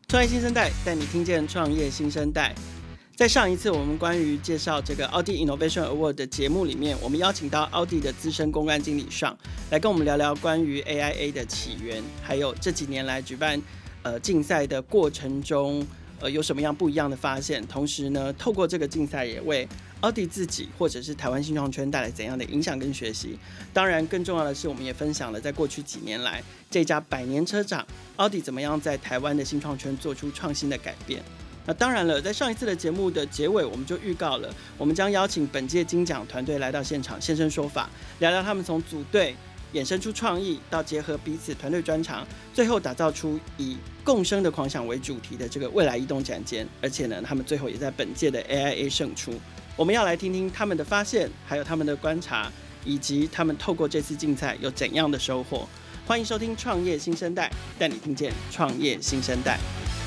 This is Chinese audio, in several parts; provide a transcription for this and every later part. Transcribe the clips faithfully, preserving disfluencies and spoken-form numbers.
创业新生代带你听见创业新生代。在上一次我们关于介绍这个奥迪 Innovation Award 的节目里面，我们邀请到奥迪的资深公关经理上来跟我们聊聊关于 A I A 的起源，还有这几年来举办呃竞赛的过程中呃有什么样不一样的发现，同时呢透过这个竞赛也为奥迪自己或者是台湾新创圈带来怎样的影响跟学习。当然更重要的是，我们也分享了在过去几年来这家百年车厂奥迪怎么样在台湾的新创圈做出创新的改变。那当然了，在上一次的节目的结尾，我们就预告了，我们将邀请本届金奖团队来到现场现身说法，聊聊他们从组队衍生出创意，到结合彼此团队专长，最后打造出以共生的狂想为主题的这个未来移动展间。而且呢，他们最后也在本届的 A I A 胜出。我们要来听听他们的发现，还有他们的观察，以及他们透过这次竞赛有怎样的收获。欢迎收听创业新生代，带你听见创业新生代。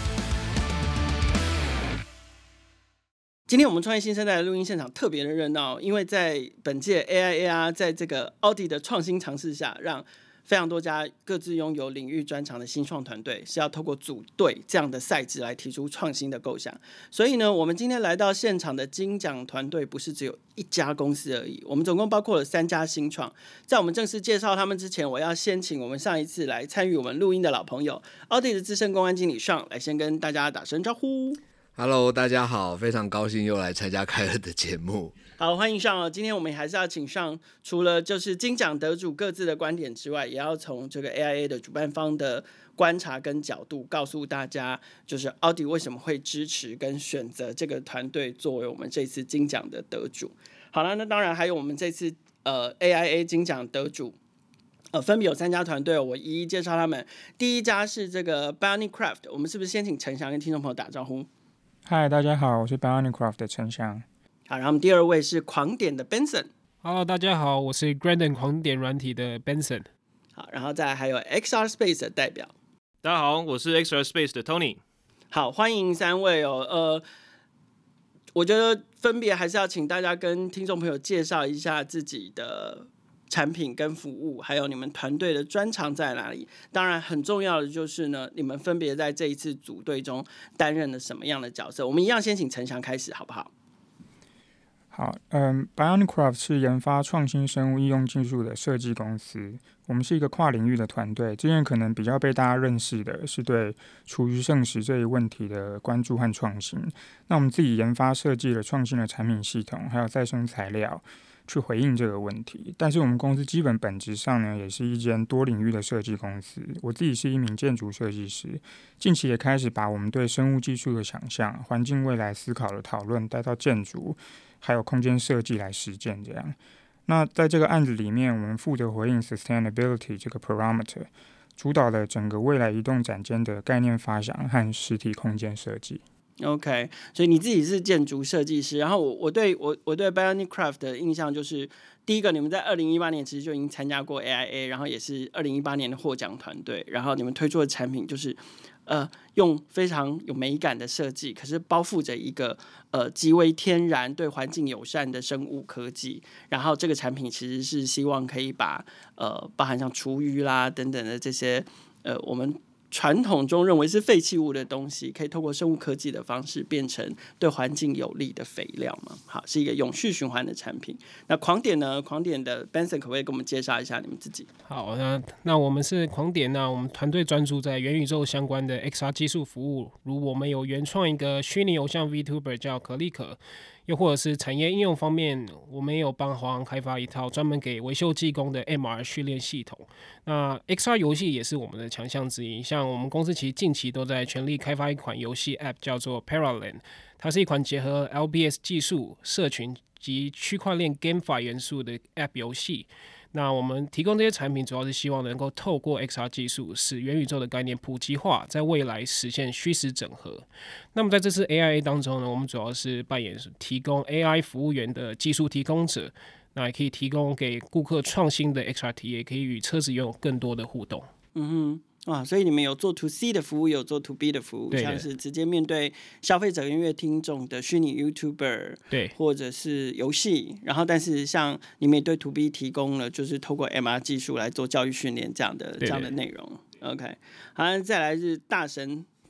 今天我们创业新生代的录音现场特别的热闹，因为在本届 A I A 啊，在这个奥迪的创新尝试下，让非常多家各自拥有领域专长的新创团队是要透过组队这样的赛制来提出创新的构想。所以呢，我们今天来到现场的金奖团队不是只有一家公司而已，我们总共包括了三家新创。在我们正式介绍他们之前，我要先请我们上一次来参与我们录音的老朋友奥迪的资深公关经理上来先跟大家打声招呼。 Hello， 大家好，非常高兴又来参加凯尔的节目。 好，欢迎上哦。今天我们还是要请上，除了就是金奖得主各自的观点之外，也要从这个 A I A 的主办方的观察跟角度，告诉大家，就是奥迪为什么会支持跟选择这个团队作为我们这次金奖的得主。好了，那当然还有我们这次呃 A I A 金奖得主。呃，分别有三家团队，我一一介绍他们。第一家是这个 Bionic Craft， 我们是不是先请陈翔跟听众朋友打招呼？ 嗨，大家好，我是 Bionic Craft 的陈翔。 好，然后我们第二位是狂点的 Benson。 Hello， 大家好，我是 Grandin 狂点软体的 Benson。 好，然后再来还有 X R Space 的代表。 大家好，我是 X R Space 的 Tony。 好，欢迎三位哦。呃，我觉得分别还是要请大家跟听众朋友介绍一下自己的产品跟服务，还有你们团队的专长在哪里。当然很重要的就是呢，你们分别在这一次组队中担任了什么样的角色。我们一样先请陈翔开始好不好？ 好，嗯 ，Bionic Craft 是研发创新生物应用技术的设计公司。我们是一个跨领域的团队，之前可能比较被大家认识的是对厨余剩食这一问题的关注和创新。那我们自己研发设计了创新的产品系统，还有再生材料，去回应这个问题。但是我们公司基本本质上呢，也是一间多领域的设计公司。我自己是一名建筑设计师，近期也开始把我们对生物技术的想象、环境未来思考的讨论带到建筑还有空间设计来实践。这样，那在这个案子里面，我们负责回应 sustainability 这个 parameter， 主导了整个未来移动展间的概念发想和实体空间设计。 OK， 所以你自己是建筑设计师，然后我我对我我对 Bionic Craft 的印象就是，第一个你们在二零一八年其实就已经参加过 A I A， 然后也是二零一八年的获奖团队，然后你们推出的产品就是呃用非常有美感的设计，可是包覆着一个呃极为天然、对环境友善的生物科技，然后这个产品其实是希望可以把呃包含像厨余啦等等的这些呃我们传统中认为是废弃物的东西，可以透过生物科技的方式变成对环境有利的肥料嘛？好，是一个永续循环的产品。那狂点呢？狂点的 Benson 可不可以给我们介绍一下你们自己？ 好，那那我们是狂点，那我们团队专注在元宇宙相关的 X R 技术服务，如我们有原创一个虚拟偶像 VTuber 叫可丽可。又或者是产业应用方面，我们也有帮华航开发一套专门给维修技工的 M R 训练系统。那 X R 游戏也是我们的强项之一，像我们公司其实近期都在全力开发一款游戏 App， 叫做 Paraland， 它是一款结合 L B S 技术、社群及区块链 GameFi 元素的 App 游戏。那我们提供这些产品，主要是希望能够透过 X R 技术，使元宇宙的概念普及化，在未来实现虚实整合。那么在这次 A I A 当中呢，我们主要是扮演提供 A I 服务员的技术提供者，那也可以提供给顾客创新的 X R 体验，也可以与车子拥有更多的互动。 嗯哼。哇，所以你们有做 to C 的服务，有做 to B 的服务，像是直接面对消费者、音乐听众的虚拟 YouTuber， 对，或者是游戏。然后，但是像你们也对 to B 提供了，就是透过 M R 技术来做教育训练这样的这样的内容。OK， 好，再来是大神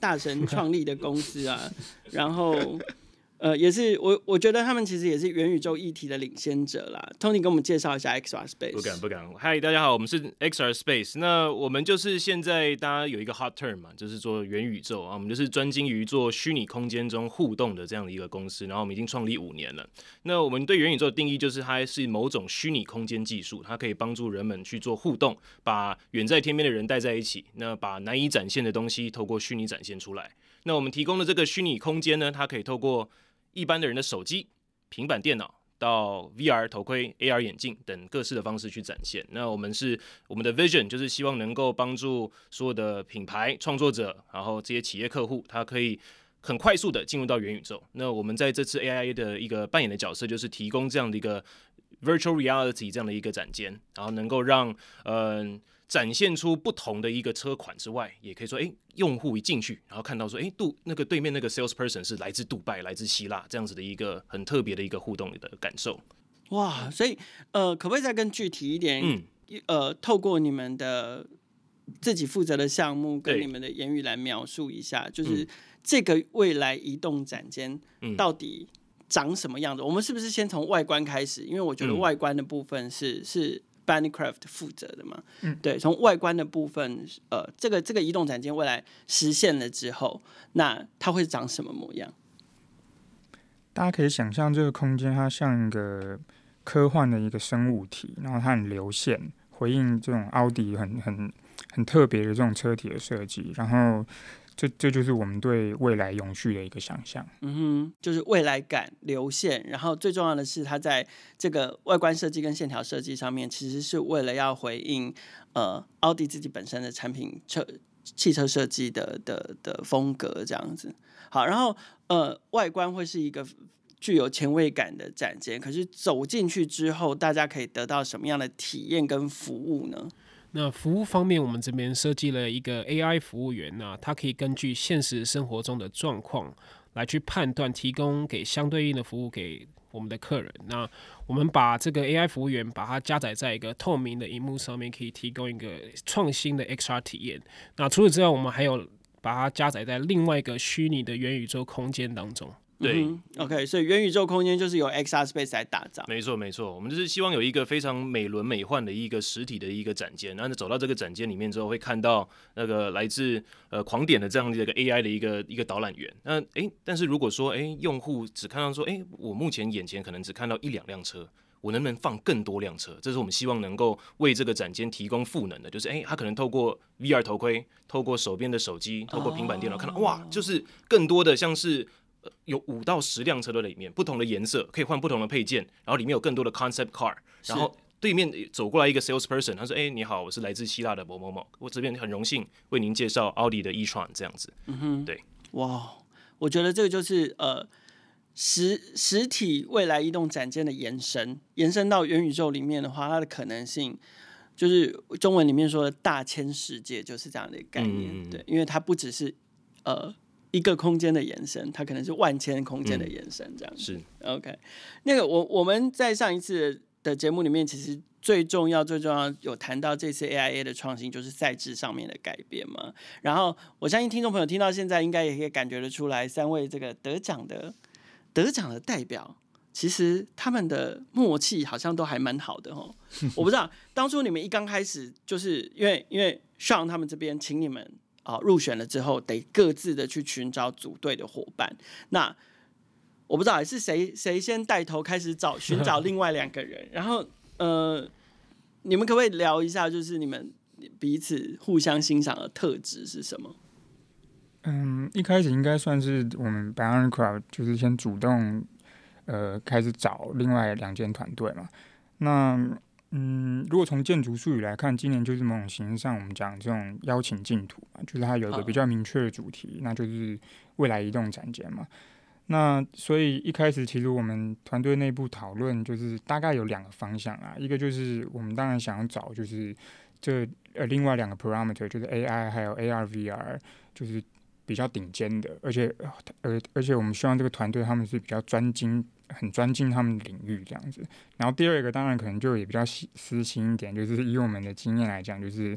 大神创立的公司啊，然后。呃，也是我，我觉得他们其实也是元宇宙议题的领先者啦。Tony 跟我们介绍一下 X R Space。 不敢不敢。嗨，大家好，我们是 X R Space。那我们就是现在大家有一个 hot term 嘛，就是做元宇宙啊。我们就是专精于做虚拟空间中互动的这样的一个公司。然后我们已经创立五年了。那我们对元宇宙的定义就是它是某种虚拟空间技术，它可以帮助人们去做互动，把远在天边的人带在一起，那把难以展现的东西透过虚拟展现出来。那我们提供的这个虚拟空间呢，它可以透过一般的人的手机、平板电脑到 V R 头盔、A R 眼镜等各式的方式去展现。那我们是我们的 vision 就是希望能够帮助所有的品牌创作者，然后这些企业客户，他可以很快速的进入到元宇宙。那我们在这次 A I 的一个扮演的角色，就是提供这样的一个 virtual reality 这样的一个展间，然后能够让嗯。呃展现出不同的一个车款之外，也可以说，哎，用户一进去，然后看到说，哎，杜那个对面那个 salesperson 是来自杜拜、来自希腊这样子的一个很特别的一个互动的感受。 哇，所以呃，可不可以再更具体一点？嗯，呃，透过你们的自己负责的项目跟你们的言语来描述一下，就是这个未来移动展间到底长什么样子？我们是不是先从外观开始？因为我觉得外观的部分是、嗯、是。Bannycraft 负责的嘛，嗯，对，从外观的部分，呃，这个这个移动展间未来实现了之后，那它会长什么模样？ 大家可以想象这个空间，它像一个科幻的一个生物体，然后它很流线，回应这种奥迪很很很特别的这种车体的设计，然后。这这就是我们对未来永续的一个想象。 嗯哼，就是未来感流线，然后最重要的是，它在这个外观设计跟线条设计上面，其实是为了要回应呃奥迪自己本身的产品车汽车设计的的的风格这样子。好，然后呃外观会是一个具有前卫感的展间，可是走进去之后，大家可以得到什么样的体验跟服务呢？ 那服务方面，我们这边设计了一个 A I 服务员啊，它可以根据现实生活中的状况来去判断，提供给相对应的服务给我们的客人。那我们把这个 A I 服务员把它加载在一个透明的荧幕上面，可以提供一个创新的 X R 体验。那除此之外，我们还有把它加载在另外一个虚拟的元宇宙空间当中。 对、 嗯、，OK， 所以元宇宙空间就是由 X R Space 来打造。 没错，没错，我们就是希望有一个非常美轮美奂的一个实体的一个展间，然后走到这个展间里面之后，会看到那个来自呃狂点的这样的一个 A I 的一个一个导览员。那哎，但是如果说哎用户只看到说哎，我目前眼前可能只看到一两辆车。我能不能放更多辆车？这是我们希望能够为这个展间提供赋能的，就是哎，他可能透过 V R 头盔，透过手边的手机，透过平板电脑，看到哇，就是更多的像是。有五到十辆车都在里面，不同的颜色，可以换不同的配件，然后里面有更多的 concept car， 然后对面走过来一个 salesperson， 他说：“哎、欸，你好，我是来自希腊的某某某，我这边很荣幸为您介绍奥迪的 e-tron 这样子。”嗯哼，对， 哇，我觉得这个就是呃实实体未来移动展间的延伸，延伸到元宇宙里面的话，它的可能性。就是中文里面说的大千世界，就是这样的一个概念，嗯、对，因为它不只是呃。一个空间的延伸，它可能是万千空间的延伸，这样、嗯、 是 OK。那个我我们在上一次的节目里面，其实最重要最重要有谈到这次 A I A 的创新，就是赛制上面的改变嘛。然后我相信听众朋友听到现在，应该也可以感觉得出来，三位这个得奖的得奖的代表，其实他们的默契好像都还蛮好的哦。我不知道当初你们一刚开始，就是因为因为 Sean 他们这边请你们。啊、入选了之后，得各自的去寻找组队的伙伴。那我不知道是谁谁先带头开始找寻找另外两个人，然后呃，你们可不可以聊一下，就是你们彼此互相欣赏的特质是什么？ 嗯，一开始应该算是我们 Bannycraft 就是先主动呃开始找另外两间团队嘛。那嗯，如果从建筑术语来看，今年就是某种形式上我们讲这种邀请竞图嘛，就是它有一个比较明确的主题，那就是未来移动展间嘛。那所以一开始其实我们团队内部讨论就是大概有两个方向啊，一个就是我们当然想要找就是这呃另外两个 parameter 就是 A I 还有 A R、V R 就是比较顶尖的，而且呃而且我们希望这个团队他们是比较专精。很专精他们的领域这样子，然后第二个当然可能就也比较私心一点，就是以我们的经验来讲，就是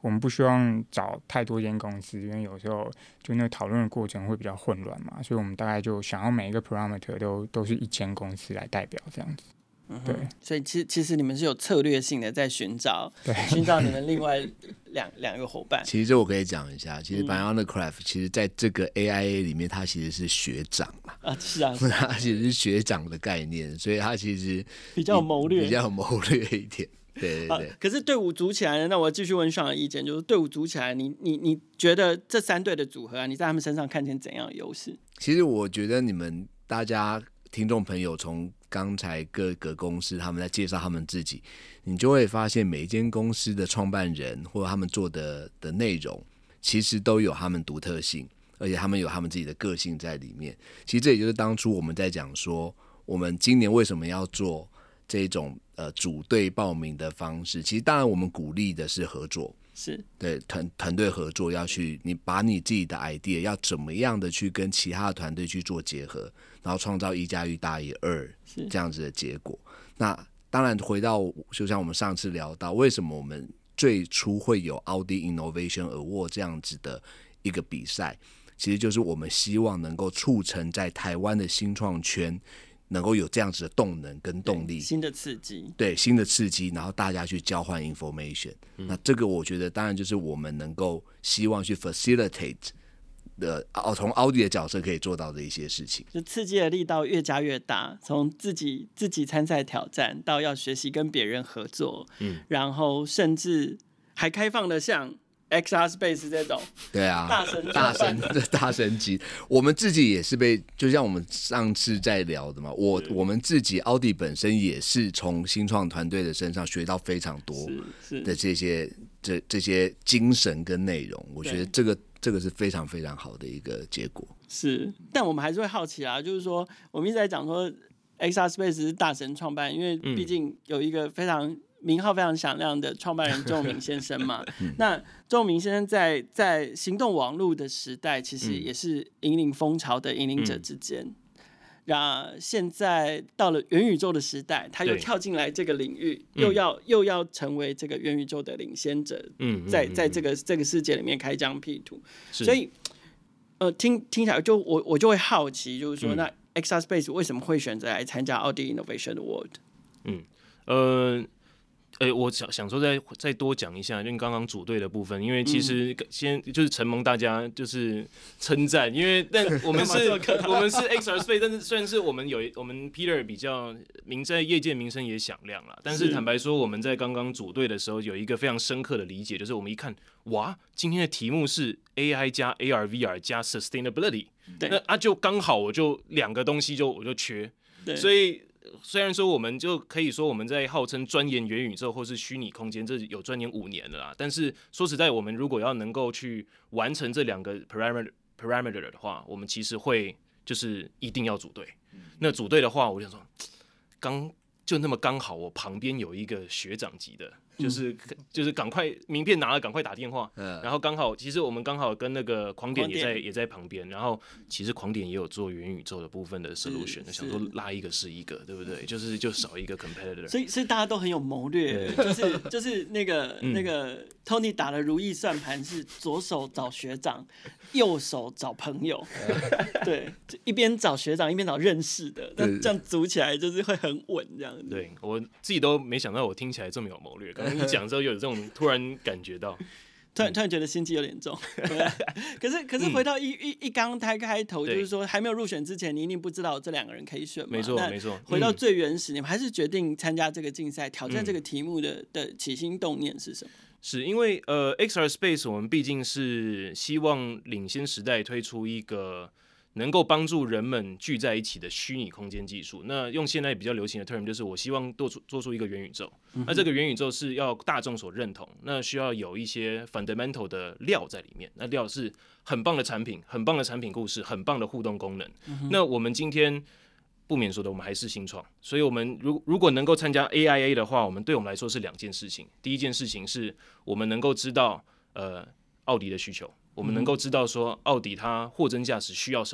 我们不希望找太多间公司，因为有时候就那个讨论的过程会比较混乱嘛，所以我们大概就想要每一个 parameter 都都是一间公司来代表这样子。对， 所以其实其实你们是有策略性的在寻找，寻找你们另外两两个伙伴。 其实这我可以讲一下，其实 BionicCraft 其实在这个 A I A 里面，它其实是学长嘛， 啊是啊，是啊它其实是学长的概念，所以它其实比较有谋略， 比较有谋略一点。对对对、 啊。可是队伍组起来呢，那我继续问Sean的意见，就是队伍组起来，你你你觉得这三队的组合啊，你在他们身上看见怎样的优势？ 其实我觉得你们大家听众朋友从刚才各个公司他们在介绍他们自己，你就会发现每一间公司的创办人或者他们做的的内容，其实都有他们独特性，而且他们有他们自己的个性在里面。其实这也就是当初我们在讲说，我们今年为什么要做这种呃组队报名的方式。其实当然我们鼓励的是合作， 是对团团队合作，要去你把你自己的 idea 要怎么样的去跟其他的团队去做结合，然后创造一加一大于二这样子的结果。那当然回到就像我们上次聊到，为什么我们最初会有 Audi Innovation Award 这样子的一个比赛，其实就是我们希望能够促成在台湾的新创圈能够有这样子的动能跟动力， 新的刺激， 对新的刺激，然后大家去交换 information、嗯、那这个我觉得当然就是我们能够希望去 facilitate 的，从奥迪的角色可以做到的一些事情， 就刺激的力道越加越大，从自己自己参赛挑战到要学习跟别人合作、嗯、然后甚至还开放的像X R Space 这种， 对啊， 大神大神大神级，我们自己也是被，就像我们上次在聊的嘛，我我们自己奥迪本身也是从新创团队的身上学到非常多的这些这这些精神跟内容，我觉得这个这个是非常非常好的一个结果。 是，但我们还是会好奇啦，就是说我们一直在讲说 X R Space 是大神创办，因为毕竟有一个非常名号非常响亮的创办人周明先生嘛，嗯、那周明先生在在行动网络的时代，其实也是引领风潮的引领者之间。嗯、那现在到了元宇宙的时代，他又跳进来这个领域，又要又要成为这个元宇宙的领先者，嗯、在在这个这个世界里面开疆辟土。所以，呃，听听起来就我我就会好奇，就是说，嗯、那 X R Space 为什么会选择来参加奥迪 Innovation Award？ 嗯，呃。欸、我想想说再再多讲一下，就刚刚组队的部分，因为其实先就是承蒙大家就是称赞，因为但我们是我们是 X R Space， 但是虽然是我们有我们 Peter 比较名在业界名声也响亮啦，但是坦白说我们在刚刚组队的时候有一个非常深刻的理解，就是我们一看哇，今天的题目是 A I 加 A R V R 加 Sustainability， 那啊就刚好我就两个东西就我就缺，所以。虽然说我们就可以说我们在号称钻研元宇宙或是虚拟空间，这有钻研五年了啦。但是说实在，我们如果要能够去完成这两个 parameter parameter 的话，我们其实会就是一定要组队。那组队的话，我就想说，刚就那么刚好，我旁边有一个学长级的。就是就是赶快名片拿了，赶快打电话。嗯、然后刚好，其实我们刚好跟那个狂点也在也在旁边。然后其实狂点也有做元宇宙的部分的 solution， 想说拉一个是一个，对不对？就是就少一个 competitor。 所以所以大家都很有谋略，就是就是那个、嗯、那个 Tony 打的如意算盘是左手找学长，右手找朋友，对，就一边找学长一边找认识的，那这样组起来就是会很稳这样子。 对我自己都没想到我听起来这么有谋略。刚刚一讲之后，有这种突然感觉到， 突然突然觉得心机有点重。可是可是回到一一一刚开开头，就是说还没有入选之前，你一定不知道这两个人可以选嘛。 没错没错。 回到最原始，你们还是决定参加这个竞赛，挑战这个题目的的起心动念是什么？ 是因为呃 ，X R Space 我们毕竟是希望领先时代推出一个。能够帮助人们聚在一起的虚拟空间技术，那用现在比较流行的 term 就是我希望做出做出一个元宇宙。嗯、那这个元宇宙是要大众所认同，那需要有一些 fundamental 的料在里面。那料是很棒的产品，很棒的产品故事，很棒的互动功能。嗯、那我们今天不免说的，我们还是新创，所以我们如如果能够参加 A I A 的话，我们对我们来说是两件事情。第一件事情是我们能够知道呃奥迪的需求。我们能够知道说奥迪它货真价实需要什么，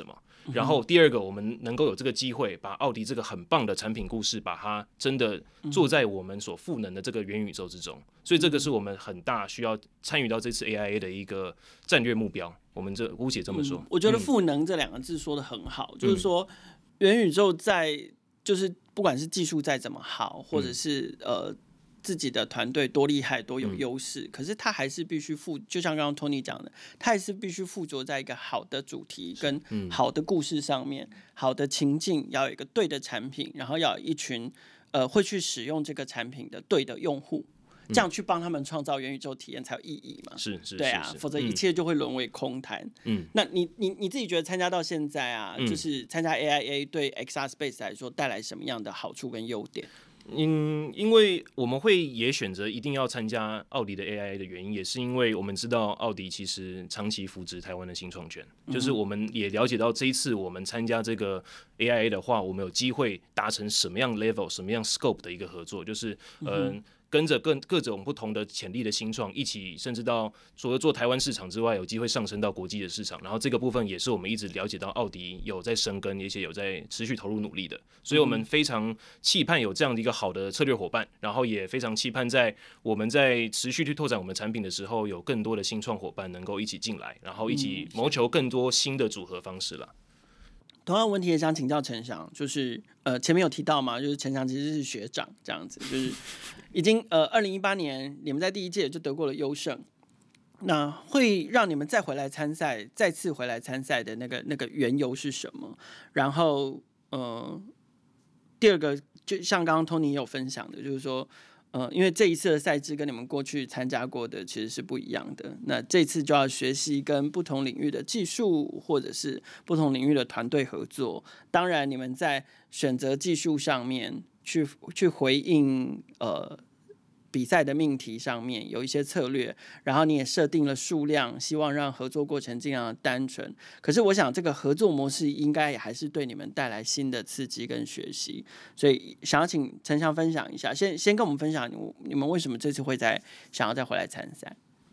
然后第二个，我们能够有这个机会，把奥迪这个很棒的产品故事，把它真的做在我们所赋能的这个元宇宙之中。所以这个是我们很大需要参与到这次 A I A 的一个战略目标。我们这姑且这么说。 嗯、我觉得赋能这两个字说得很好，嗯、就是说元宇宙在就是不管是技术再怎么好，或者是、嗯、呃。自己的团队多厉害多有优势、嗯，可是他还是必须附，就像刚刚 Tony 讲的，他还是必须附着在一个好的主题跟好的故事上面，嗯、好的情境，要有一个对的产品，然后要有一群呃会去使用这个产品的对的用户，这样去帮他们创造元宇宙体验才有意义嘛？ 是是， 对啊，否则一切就会沦为空谈。嗯，那你你你自己觉得参加到现在啊，嗯、就是参加 A I A 对 X R Space 来说带来什么样的好处跟优点？ 嗯，因为我们会也选择一定要参加奥迪的 A I A 的原因，也是因为我们知道奥迪其实长期扶植台湾的新创圈、嗯，就是我们也了解到这一次我们参加这个 A I A 的话，我们有机会达成什么样 level、什么样 scope 的一个合作，就是嗯。呃跟着各各种不同的潜力的新创一起，甚至到除了做台湾市场之外，有机会上升到国际的市场。然后这个部分也是我们一直了解到奥迪有在深耕，而且有在持续投入努力的。所以我们非常期盼有这样的一个好的策略伙伴，然后也非常期盼在我们在持续去拓展我们产品的时候，有更多的新创伙伴能够一起进来，然后一起谋求更多新的组合方式了。 同样问题也想请教陈翔，就是呃前面有提到嘛，就是陈翔其实是学长这样子，就是已经呃二零一八年你们在第一届就得过了优胜，那会让你们再回来参赛，再次回来参赛的那个那个缘由是什么？然后呃第二个就像刚刚 Tony 也有分享的，就是说。呃，因为这一次的赛制跟你们过去参加过的其实是不一样的，那这次就要学习跟不同领域的技术或者是不同领域的团队合作。当然，你们在选择技术上面去去回应呃比赛的命题上面有一些策略，然后你也设定了数量，希望让合作过程尽量的单纯。可是我想这个合作模式应该也还是对你们带来新的刺激跟学习，所以想要请陈翔分享一下，先先跟我们分享你们为什么这次会再想要再回来参赛。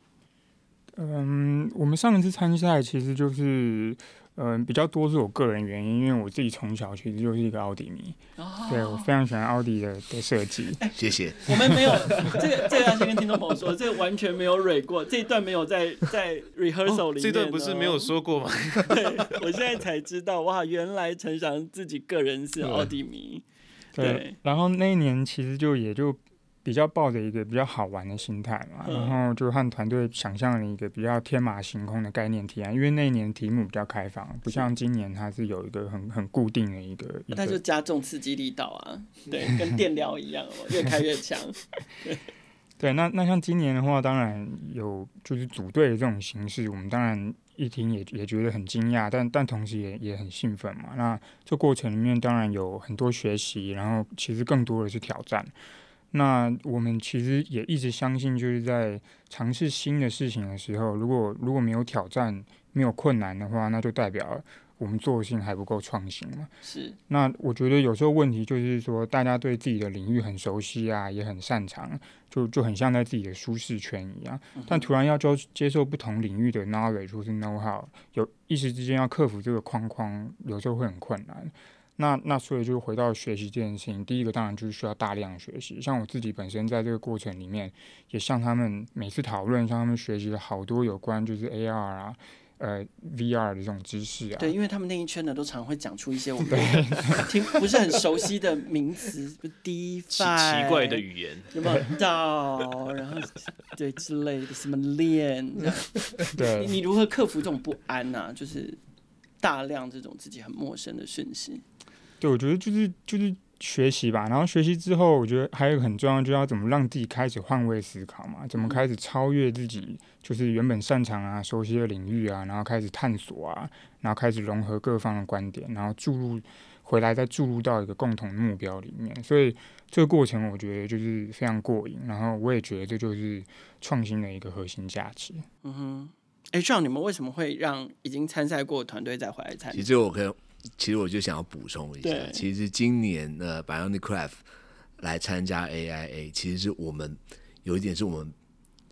嗯，我们上一次参赛其实就是嗯，比较多是我个人原因，因为我自己从小其实就是一个奥迪迷，哦、对我非常喜欢奥迪的的设计。 欸、 谢谢。 我们没有这个，这个要先跟听众朋友说，这个完全没有蕊过，这一段没有在在 rehearsal 里面、哦。 这段不是没有说过吗？ 对，我现在才知道，哇，原来陈翔自己个人是奥迪迷。 对， 对然后那一年其实就也就。比较抱着一个比较好玩的心态嘛，然后就和团队想象了一个比较天马行空的概念提案，因为那一年题目比较开放，不像今年它是有一个很很固定的一个。 那就加重刺激力道啊，对，跟电疗一样，越开越强。 对，那那像今年的话，当然有就是组队的这种形式，我们当然一听也也觉得很惊讶，但但同时也也很兴奋嘛。那这过程里面当然有很多学习，然后其实更多的是挑战。那我们其实也一直相信，就是在尝试新的事情的时候，如果如果没有挑战、没有困难的话，那就代表我们做的事情还不够创新嘛。 是。那我觉得有时候问题就是说，大家对自己的领域很熟悉啊，也很擅长，就就很像在自己的舒适圈一样。嗯、但突然要接受不同领域的 knowledge 或是 know how， 有一时之间要克服这个框框，有时候会很困难。那那所以就回到学习这件事情，第一个当然就是需要大量学习。像我自己本身在这个过程里面，也向他们每次讨论，向他们学习了好多有关就是 A R 啊、呃 V R 的这种知识啊。 对，因为他们那一圈的都常会讲出一些我们听不是很熟悉的名词，DeFi 奇奇怪的语言， 有没有 D A O 然后对之类的什么链，对，你如何克服这种不安啊？就是大量这种自己很陌生的讯息。 对，我觉得就是就是学习吧，然后学习之后，我觉得还有一个很重要，就是要怎么让自己开始换位思考嘛，怎么开始超越自己就是原本擅长啊、熟悉的领域啊，然后开始探索啊，然后开始融合各方的观点，然后注入回来再注入到一个共同的目标里面。所以这个过程我觉得就是非常过瘾，然后我也觉得这就是创新的一个核心价值。 嗯哼，哎，这样你们为什么会让已经参赛过的团队再回来参赛？ 其实我可以。其实我就想要补充一下，其实今年呃 BioniCraft 来参加 A I A， 其实是我们有一点是我们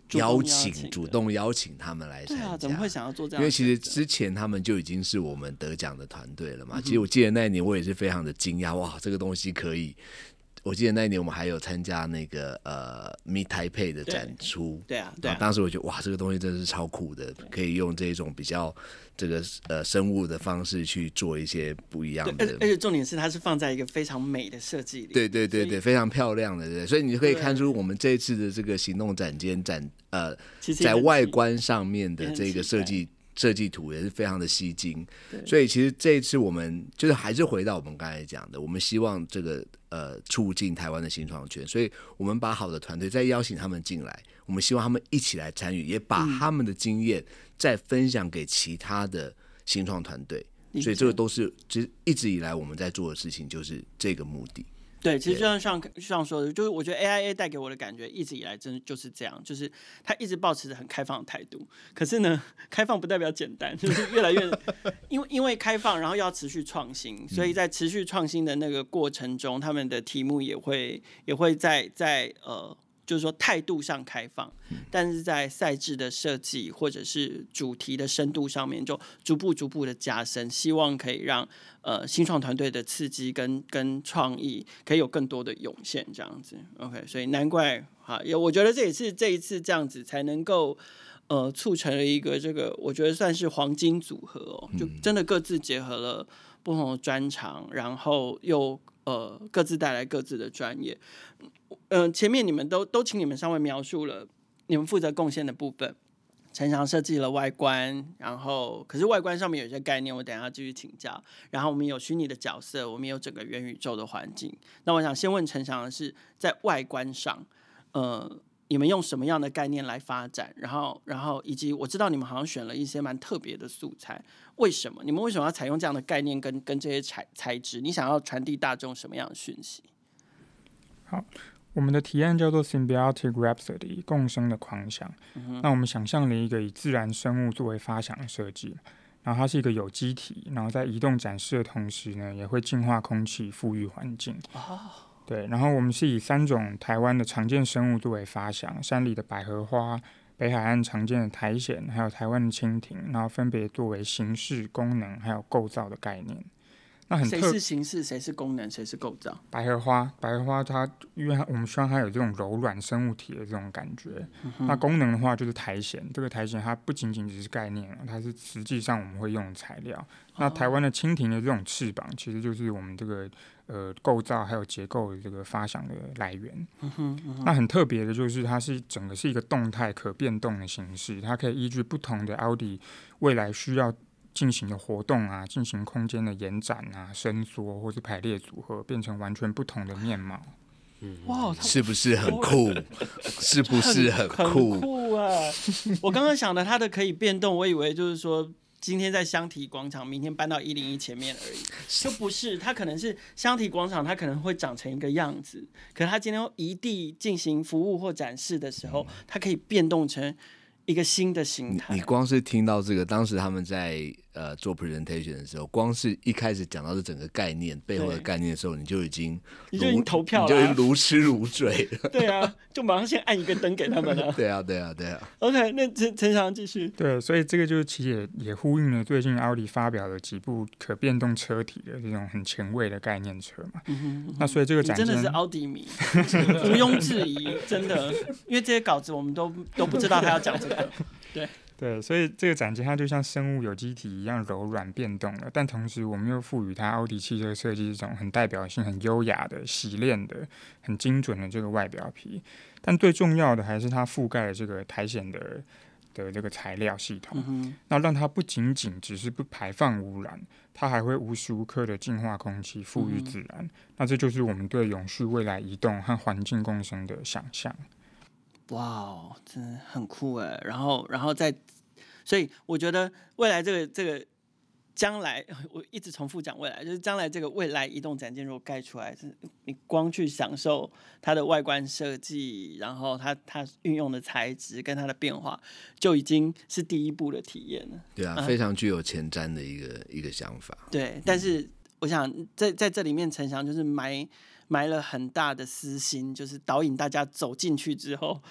邀请主动邀请他们来参加。 对啊，怎么会想要做这样？ 因为其实之前他们就已经是我们得奖的团队了嘛。嗯、其实我记得那一年我也是非常的惊讶，哇，这个东西可以。我记得那一年我们还有参加那个呃 Meet Taipei 的展出， 对啊，对啊， 当时我觉得哇，这个东西真的是超酷的，可以用这种比较这个呃生物的方式去做一些不一样的， 而且重点是它是放在一个非常美的设计里， 对对对对，非常漂亮的，对，所以你可以看出我们这一次的这个行动展间展呃在外观上面的这个设计。设计图也是非常的吸睛，所以其实这一次我们就是还是回到我们刚才讲的，我们希望这个呃促进台湾的新创圈，所以我们把好的团队再邀请他们进来，我们希望他们一起来参与，也把他们的经验再分享给其他的新创团队，所以这个都是其实一直以来我们在做的事情，就是这个目的。 对，其实就像像像说的，就是我觉得 A I A 带给我的感觉一直以来真的就是这样，就是它一直保持着很开放的态度。可是呢，开放不代表简单，就是越来越因为因为开放，然后要持续创新，所以在持续创新的那个过程中，他们的题目也会也会在在呃。就是说态度上开放，但是在赛制的设计或者是主题的深度上面，就逐步逐步的加深，希望可以让呃新创团队的刺激跟跟创意可以有更多的涌现，这样子。OK， 所以难怪哈，我觉得这也是这一次这样子才能够呃促成了一个这个，我觉得算是黄金组合哦，就真的各自结合了不同的专长，然后又呃各自带来各自的专业。嗯、呃，前面你们都都请你们稍微描述了你们负责贡献的部分，陈翔设计了外观，然后可是外观上面有些概念，我等一下继续请教。然后我们有虚拟的角色，我们有整个元宇宙的环境。那我想先问陈翔的是，在外观上，呃，你们用什么样的概念来发展？然后，然后以及我知道你们好像选了一些蛮特别的素材，为什么？你们为什么要采用这样的概念跟跟这些材材质？你想要传递大众什么样的讯息？ 好。我们的提案叫做 Symbiotic Rhapsody 共生的狂想、嗯、那我们想象了一个以自然生物作为发想的设计，然后它是一个有机体，然后在移动展示的同时呢，也会净化空气富裕环境、哦、对，然后我们是以三种台湾的常见生物作为发想，山里的百合花，北海岸常见的苔藓，还有台湾的蜻蜓，然后分别作为形式、功能还有构造的概念。那很特谁是形式，谁是功能，谁是构造？ 百合花，百合花它，因为它我们希望它有这种柔软生物体的这种感觉。嗯、那功能的话就是苔藓，这个苔藓它不仅仅只是概念，它是实际上我们会用的材料。哦、那台湾的蜻蜓的这种翅膀，其实就是我们这个呃构造还有结构的这个发想的来源。嗯哼嗯哼那很特别的就是它是整个是一个动态可变动的形式，它可以依据不同的 Audi 未来需要进行的活动啊，进行空间的延展啊、伸缩或是排列组合，变成完全不同的面貌。 嗯、哇，是不是很酷？是不是很酷？ 很酷啊！我刚刚想的它的可以变动，我以为就是说今天在香堤广场，明天搬到一零一前面而已，就不是。它可能是香堤广场，它可能会长成一个样子，可是它今天移地进行服务或展示的时候，它可以变动成一个新的形态。 你光是听到这个，当时他们在呃做 presentation 的时候，光是一开始讲到这整个概念背后的概念的时候，你就已经你就已经投票了、啊， 你就已经如痴如醉了。 对啊，就马上先按一个灯给他们了。 对啊，对啊，对啊。 OK， 那陈陈翔继续。 对，所以这个就是其实 也, 也呼应了最近奥迪发表的几部可变动车体的这种很前卫的概念车嘛。嗯哼嗯哼那所以这个展真的是奥迪迷，毋庸置疑，真的，因为这些稿子我们都都不知道他要讲这个。对。 对，所以这个展间它就像生物有机体一样柔软变动了，但同时我们又赋予它奥迪汽车设计这种很代表性、很优雅的、洗练的、很精准的这个外表皮。但最重要的还是它覆盖了这个苔藓的的这个材料系统，嗯、那让它不仅仅只是不排放污染，它还会无时无刻的净化空气、富裕自然。嗯、那这就是我们对永续未来移动和环境共生的想象。 哇哦，真的很酷哎！然后，然后再，所以我觉得未来这个这个将来，我一直重复讲未来，就是将来这个未来移动展间如果盖出来，你光去享受它的外观设计，然后它它运用的材质跟它的变化，就已经是第一步的体验了。 对啊，嗯、非常具有前瞻的一个一个想法。 对，但是我想在在这里面，陈翔就是埋。埋了很大的私心，就是导引大家走进去之后，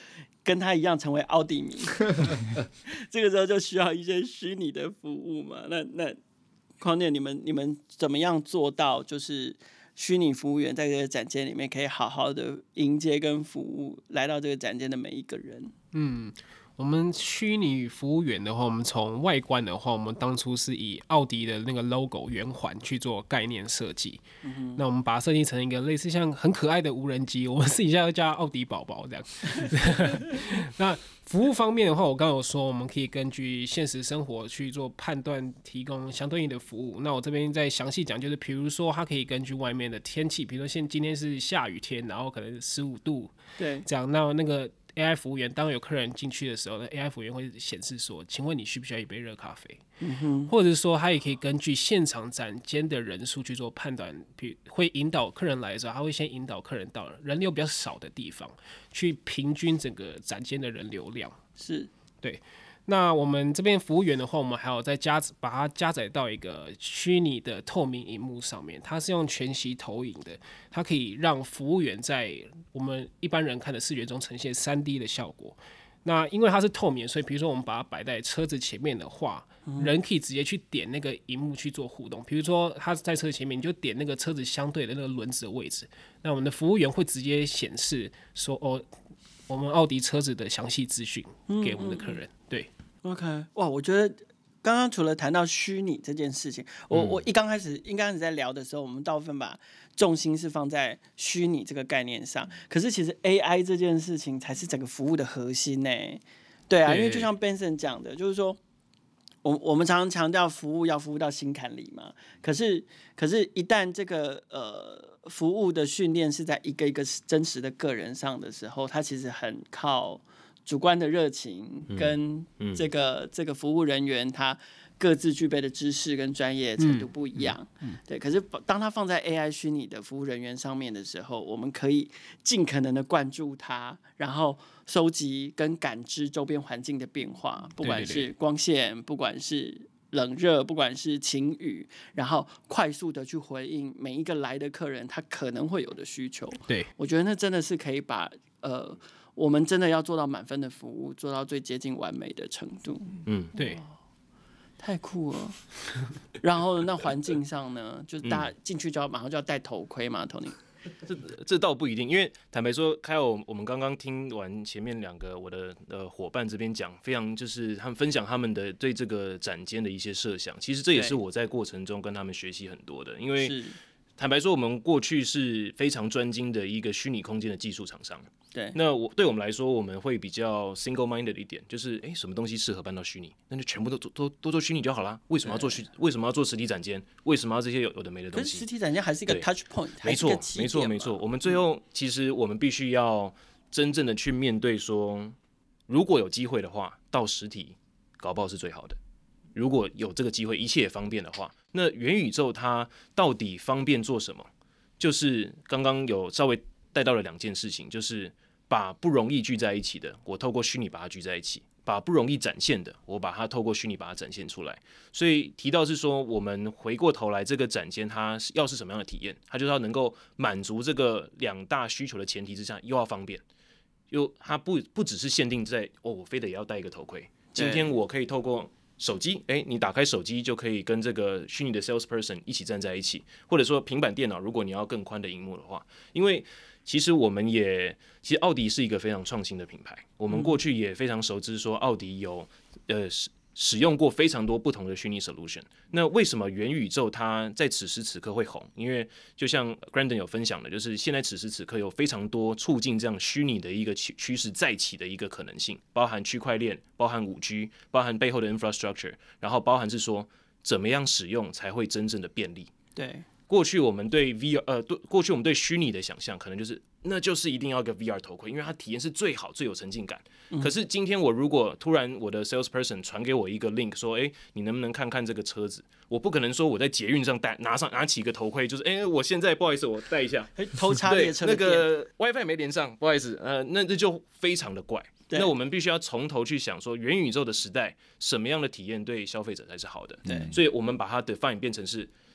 跟他一样成为奥迪迷，这个时候就需要一些虚拟的服务嘛。那那匡健，你们你们怎么样做到，就是虚拟服务员在这个展间里面可以好好的迎接跟服务来到这个展间的每一个人？ 嗯。我们虚拟服务员的话，我们从外观的话，我们当初是以奥迪的那个 logo 圆环去做概念设计。嗯、那我们把它设计成一个类似像很可爱的无人机，我们私底下要叫奥迪宝宝这样。那服务方面的话，我刚刚有说，我们可以根据现实生活去做判断，提供相对应的服务。那我这边再详细讲，就是比如说，它可以根据外面的天气，比如说现今天是下雨天，然后可能十五度， 对， 这样，那那个。A I 服务员当有客人进去的时候呢 ，A I 服务员会显示说：“请问你需不需要一杯热咖啡？”嗯、或者说，他也可以根据现场展间的人数去做判断，会引导客人来的时候，他会先引导客人到人流比较少的地方，去平均整个展间的人流量。 是， 对。那我们这边服务员的话，我们还有再加把它加载到一个虚拟的透明萤幕上面，它是用全息投影的，它可以让服务员在我们一般人看的视觉中呈现 三 D 的效果。那因为它是透明，所以比如说我们把它摆在车子前面的话，嗯、人可以直接去点那个萤幕去做互动。比如说它在车前面，你就点那个车子相对的那个轮子的位置，那我们的服务员会直接显示说哦。我们奥迪车子的详细资讯给我们的客人。嗯嗯嗯对 ，OK， 哇，我觉得刚刚除了谈到虚拟这件事情，我、嗯、我一刚开始一刚开始在聊的时候，我们大部分把重心是放在虚拟这个概念上，可是其实 A I 这件事情才是整个服务的核心呢。对啊，因为就像 Benson 讲的，就是说。我我们常常强调服务要服务到心坎里嘛，可是可是，一旦这个呃服务的训练是在一个一个真实的个人上的时候，它其实很靠主观的热情跟这个、嗯嗯、这个服务人员他各自具备的知识跟专业程度不一样。嗯嗯、对，可是当他放在 A I 虚拟的服务人员上面的时候，我们可以尽可能的灌注他，然后收集跟感知周边环境的变化，不管是光线，对对对不管是冷热，不管是晴雨，然后快速的去回应每一个来的客人他可能会有的需求。 对， 我觉得那真的是可以把呃我们真的要做到满分的服务，做到最接近完美的程度。 嗯，对。 太酷了，然后那环境上呢，就是大家进去就要马上就要戴头盔嘛 ，Tony。 这这倒不一定，因为坦白说，还有我们刚刚听完前面两个我的呃伙伴这边讲，非常就是他们分享他们的对这个展间的一些设想，其实这也是我在过程中跟他们学习很多的，因为坦白说，我们过去是非常专精的一个虚拟空间的技术厂商。 对， 那我对我们来说，我们会比较 single-minded 一点，就是哎，什么东西适合搬到虚拟，那就全部都都都做虚拟就好啦。为什么要做虚？为什么要做实体展间？为什么要这些有有的没的东西？ 可是实体展间还是一个 touch point， 没错，没错，没错。我们最后其实我们必须要真正的去面对说，如果有机会的话，到实体搞不好是最好的。如果有这个机会，一切也方便的话，那元宇宙它到底方便做什么？就是刚刚有稍微带到了两件事情，就是把不容易聚在一起的，我透过虚拟把它聚在一起；把不容易展现的，我把它透过虚拟把它展现出来。所以提到是说，我们回过头来，这个展间它要是什么样的体验，它就是要能够满足这个两大需求的前提之下，又要方便，又它不不只是限定在哦，我非得也要戴一个头盔。今天我可以透过手机，哎，你打开手机就可以跟这个虚拟的 salesperson 一起站在一起，或者说平板电脑，如果你要更宽的萤幕的话，因为其实我们也，其实奥迪是一个非常创新的品牌，我们过去也非常熟知说奥迪有呃使用过非常多不同的虚拟 solution。那为什么元宇宙它在此时此刻会红？因为就像 Grandon 有分享的，就是现在此时此刻有非常多促进这样虚拟的一个趋势再起的一个可能性，包含区块链，包含 五 G， 包含背后的 infrastructure， 然后包含是说怎么样使用才会真正的便利。 对。 过去我们对 V R 呃，过去我们对虚拟的想象可能就是，那就是一定要一个 V R 头盔，因为它体验是最好、最有沉浸感。嗯、可是今天我如果突然我的 salesperson 传给我一个 link 说，哎，你能不能看看这个车子？我不可能说我在捷运上带拿上拿起一个头盔，就是哎，我现在不好意思，我戴一下， 偷插列车的电，那个 WiFi 没连上，不好意思，呃，那这就非常的怪。那我们必须要从头去想说，元宇宙的时代，什么样的体验对消费者才是好的？对，所以我们把它 define 变成是。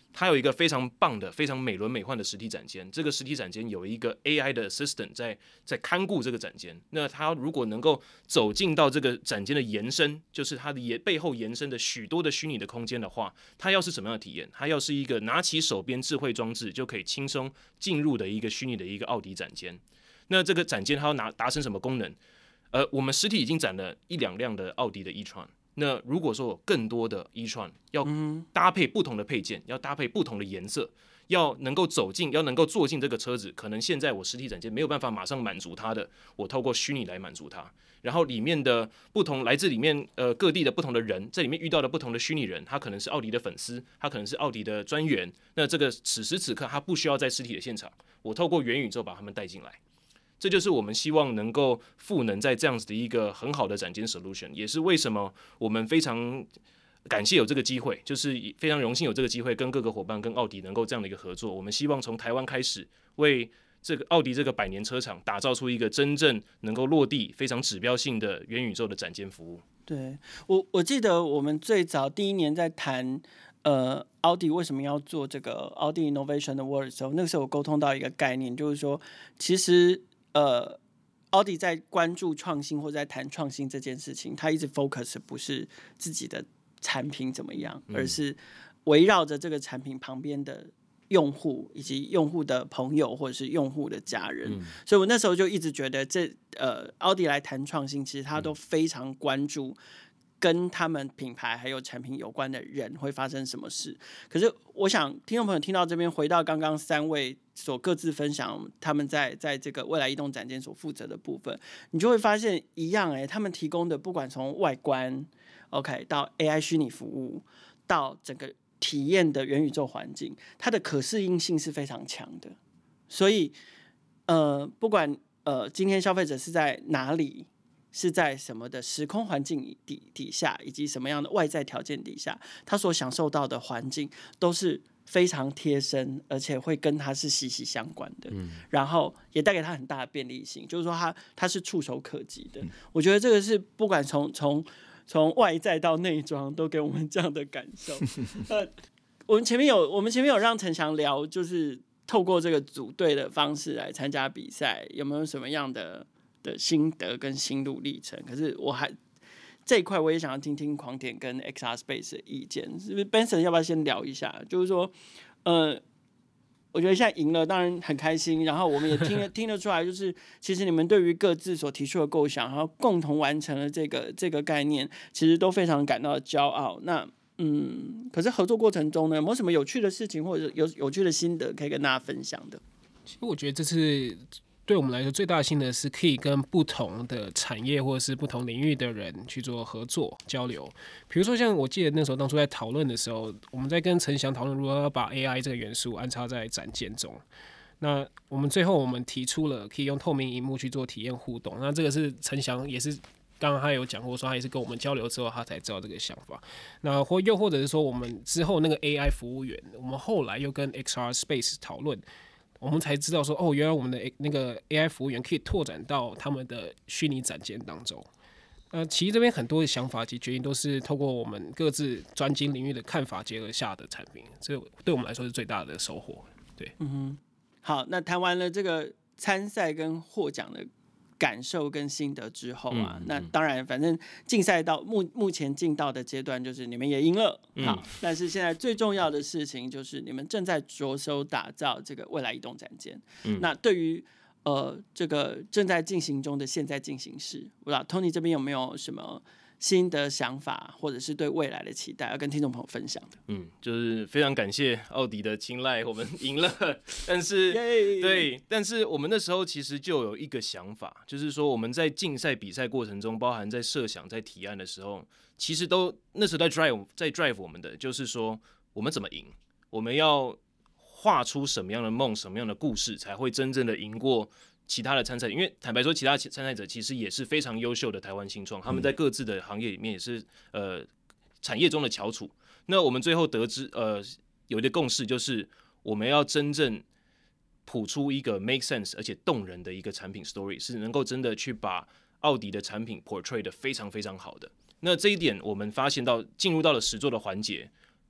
它有一个非常棒的、非常美轮美奂的实体展间。这个实体展间有一个 A I 的 assistant 在在看顾这个展间。那它如果能够走进到这个展间的延伸，就是它的延背后延伸的许多的虚拟的空间的话，它要是什么样的体验？它要是一个拿起手边智慧装置就可以轻松进入的一个虚拟的一个奥迪展间。那这个展间它要拿达成什么功能？呃，我们实体已经展了一两辆的奥迪的 e-tron。那如果说有更多的 e-tron 要搭配不同的配件，要搭配不同的颜色，要能够走进，要能够坐进这个车子，可能现在我实体展间没有办法马上满足它的，我透过虚拟来满足它。然后里面的不同来自里面呃各地的不同的人，在里面遇到的不同的虚拟人，他可能是奥迪的粉丝，他可能是奥迪的专员。那这个此时此刻他不需要在实体的现场，我透过元宇宙把他们带进来。这就是我们希望能够赋能在这样子的一个很好的展间 solution， 也是为什么我们非常感谢有这个机会，就是非常荣幸有这个机会跟各个伙伴、跟奥迪能够这样的一个合作。我们希望从台湾开始，为这个奥迪这个百年车厂打造出一个真正能够落地、非常指标性的元宇宙的展间服务。 对，我我记得我们最早第一年在谈。呃，奥迪为什么要做这个奥迪 Innovation Award 的时候，那个时候我沟通到一个概念，就是说，其实呃，奥迪在关注创新或在谈创新这件事情，他一直 focus 不是自己的产品怎么样，而是围绕着这个产品旁边的用户以及用户的朋友或者是用户的家人。嗯、所以我那时候就一直觉得这，呃，奥迪来谈创新，其实他都非常关注。跟他们品牌还有产品有关的人会发生什么事？可是我想听众朋友听到这边，回到刚刚三位所各自分享他们在在这个未来移动展间所负责的部分，你就会发现一样哎、欸，他们提供的不管从外观 OK 到 A I 虚拟服务，到整个体验的元宇宙环境，它的可适应性是非常强的。所以呃，不管呃今天消费者是在哪里。是在什么的时空环境 底, 底下，以及什么样的外在条件底下，他所享受到的环境都是非常贴身，而且会跟他是息息相关的。嗯、然后也带给他很大的便利性，就是说他他是触手可及的。嗯、我觉得这个是不管从从从外在到内装，都给我们这样的感受。呃，我们前面有我们前面有让陈翔聊，就是透过这个组队的方式来参加比赛，有没有什么样的？的心得跟心路历程，可是我还这一块我也想要听听狂点跟 X R Space 的意见，是不是 Benson 要不要先聊一下？就是说，呃，我觉得现在赢了，当然很开心，然后我们也听得听得出来，就是其实你们对于各自所提出的构想，然后共同完成了这个这个概念，其实都非常感到骄傲。那嗯，可是合作过程中呢，有没有什么有趣的事情或者有有趣的心得可以跟大家分享的？ 其实我觉得这次。对我们来说，最大的心得是可以跟不同的产业或者是不同领域的人去做合作交流。比如说，像我记得那时候当初在讨论的时候，我们在跟陈翔讨论如何要把 A I 这个元素安插在展件中。那我们最后我们提出了可以用透明萤幕去做体验互动。那这个是陈翔也是刚刚他有讲过说，他也是跟我们交流之后，他才知道这个想法。那或又或者是说，我们之后那个 A I 服务员，我们后来又跟 X R Space 讨论。我们才知道说，哦，原来我们的那个 A I 服务员可以拓展到他们的虚拟展间当中。呃，其实这边很多的想法及决定都是透过我们各自专精领域的看法结合下的产品，这对我们来说是最大的收获。对， 嗯哼，好，那谈完了这个参赛跟获奖的感受跟心得之后啊，嗯嗯、那当然，反正竞赛到目目前进到的阶段，就是你们也赢了，嗯、好，但是现在最重要的事情就是你们正在着手打造这个未来移动展间。嗯、那对于呃这个正在进行中的现在进行式，不知道 Tony 这边有没有什么新的想法，或者是对未来的期待，要跟听众朋友分享的？ 嗯，就是非常感谢奥迪的青睐，我们赢了。但是，对，但是我们那时候其实就有一个想法，就是说我们在竞赛比赛过程中，包含在设想、在提案的时候，其实都那时候在 drive 在 drive 我们的，就是说我们怎么赢，我们要画出什么样的梦、什么样的故事，才会真正的赢过其他的参赛者。因为坦白说，其他参赛者其实也是非常优秀的台湾新创，他们在各自的行业里面也是呃产业中的翘楚。那我们最后得知呃有一个共识，就是我们要真正谱出一个 make sense 而且动人的一个产品 story， 是能够真的去把奥迪的产品 portray 的非常非常好的。那这一点我们发现到进入到了实作的环节，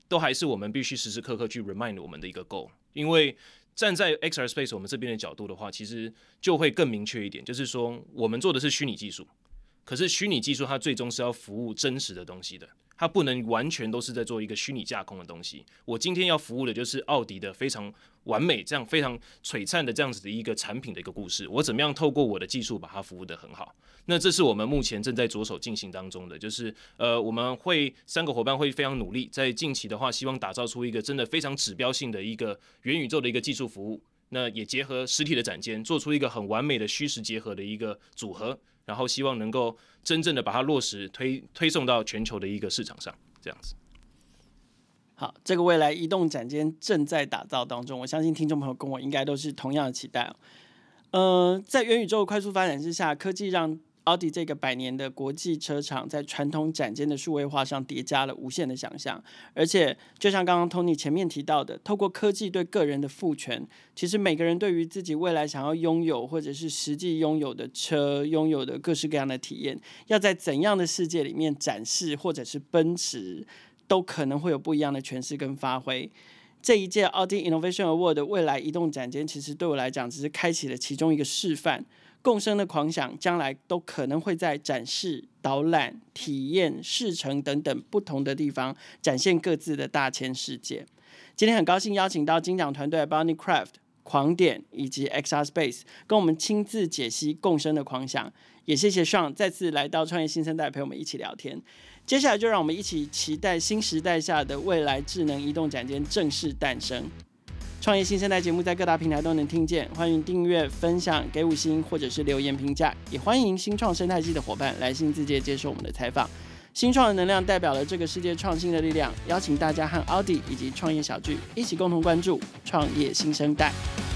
都还是我们必须时时刻刻去 remind 我们的一个 goal。因为站在 X R Space 我们这边的角度的话，其实就会更明确一点，就是说我们做的是虚拟技术，可是虚拟技术它最终是要服务真实的东西的，它不能完全都是在做一个虚拟架空的东西。我今天要服务的就是奥迪的非常完美、这样非常璀璨的这样子的一个产品的一个故事，我怎么样透过我的技术把它服务得很好？那这是我们目前正在着手进行当中的，就是呃，我们会三个伙伴会非常努力，在近期的话，希望打造出一个真的非常指标性的一个元宇宙的一个技术服务。那也结合实体的展间，做出一个很完美的虚实结合的一个组合，然后希望能够真正的把它落实推推送到全球的一个市场上，这样子。 好，这个未来移动展间正在打造当中，我相信听众朋友跟我应该都是同样的期待哦。呃，在元宇宙的快速发展之下，科技让奥迪这个百年的国际车厂在传统展间的数位化上叠加了无限的想象，而且就像刚刚 Tony 前面提到的，透过科技对个人的赋权，其实每个人对于自己未来想要拥有或者是实际拥有的车、拥有的各式各样的体验，要在怎样的世界里面展示或者是奔驰，都可能会有不一样的诠释跟发挥。这一届 Audi Innovation Award 的未来移动展间，其实对我来讲只是开启了其中一个示范。共生的狂想将来都可能会在展示、导览、体验、试乘等等不同的地方展现各自的大千世界。今天很高兴邀请到金奖团队 BrownieCraft、狂点以及 X R Space 跟我们亲自解析共生的狂想，也谢谢 Sean 再次来到创业新生代陪我们一起聊天。接下来就让我们一起期待新时代下的未来智能移动展间正式诞生。创业新生代节目在各大平台都能听见，欢迎订阅、分享、给五星或者是留言评价，也欢迎新创生态系的伙伴来信自介接受我们的采访。新创的能量代表了这个世界创新的力量，邀请大家和奥迪以及创业小聚一起共同关注创业新生代。